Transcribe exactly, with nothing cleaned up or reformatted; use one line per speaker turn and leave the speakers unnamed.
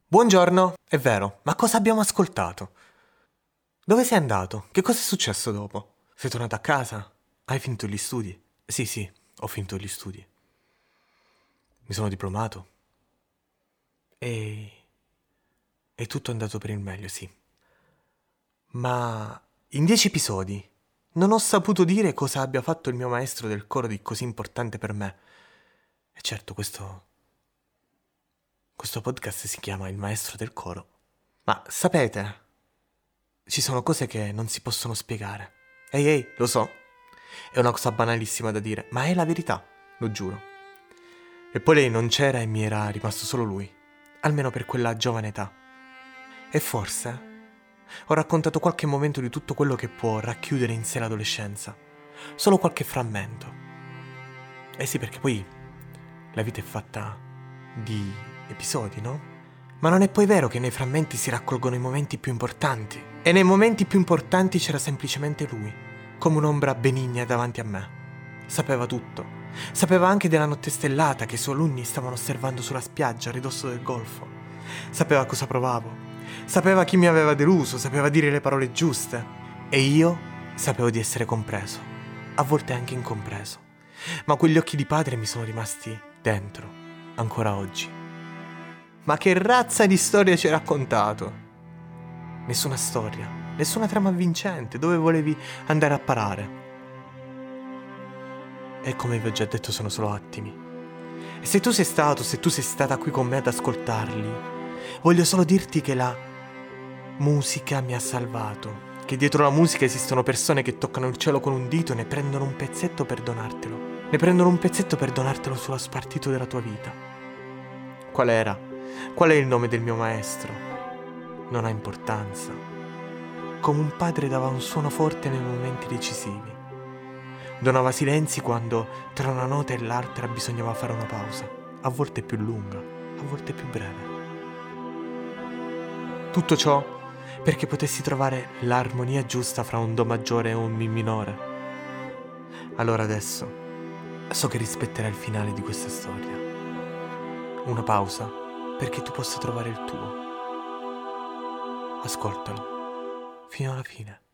Buongiorno, è vero, ma cosa abbiamo ascoltato? Dove sei andato? Che cosa è successo dopo? Sei tornato a casa? Hai finito gli studi? Sì, sì, ho finito gli studi. Mi sono diplomato. E... è tutto andato per il meglio, sì. Ma in dieci episodi non ho saputo dire cosa abbia fatto il mio maestro del coro di così importante per me. E certo, questo... questo podcast si chiama Il maestro del coro. Ma sapete, ci sono cose che non si possono spiegare. Ehi, ehi, lo so, è una cosa banalissima da dire, ma è la verità, lo giuro. E poi lei non c'era e mi era rimasto solo lui, almeno per quella giovane età. E forse ho raccontato qualche momento di tutto quello che può racchiudere in sé l'adolescenza, solo qualche frammento. Eh sì, perché poi la vita è fatta di episodi, no? Ma non è poi vero che nei frammenti si raccolgono i momenti più importanti. E nei momenti più importanti c'era semplicemente lui, come un'ombra benigna davanti a me. Sapeva tutto. Sapeva anche della notte stellata che i suoi alunni stavano osservando sulla spiaggia a ridosso del golfo. Sapeva cosa provavo. Sapeva chi mi aveva deluso, sapeva dire le parole giuste. E io sapevo di essere compreso, a volte anche incompreso. Ma quegli occhi di padre mi sono rimasti dentro, ancora oggi. Ma che razza di storia ci hai raccontato? Nessuna storia, nessuna trama avvincente, dove volevi andare a parare. E come vi ho già detto sono solo attimi. E se tu sei stato, se tu sei stata qui con me ad ascoltarli, voglio solo dirti che la musica mi ha salvato. Che dietro la musica esistono persone che toccano il cielo con un dito e ne prendono un pezzetto per donartelo. Ne prendono un pezzetto per donartelo sullo spartito della tua vita. Qual era? Qual è il nome del mio maestro? Non ha importanza. Come un padre dava un suono forte nei momenti decisivi. Donava silenzi quando tra una nota e l'altra bisognava fare una pausa, a volte più lunga, a volte più breve. Tutto ciò perché potessi trovare l'armonia giusta fra un do maggiore e un mi minore. Allora adesso so che rispetterai il finale di questa storia. Una pausa perché tu possa trovare il tuo. Ascoltalo fino alla fine.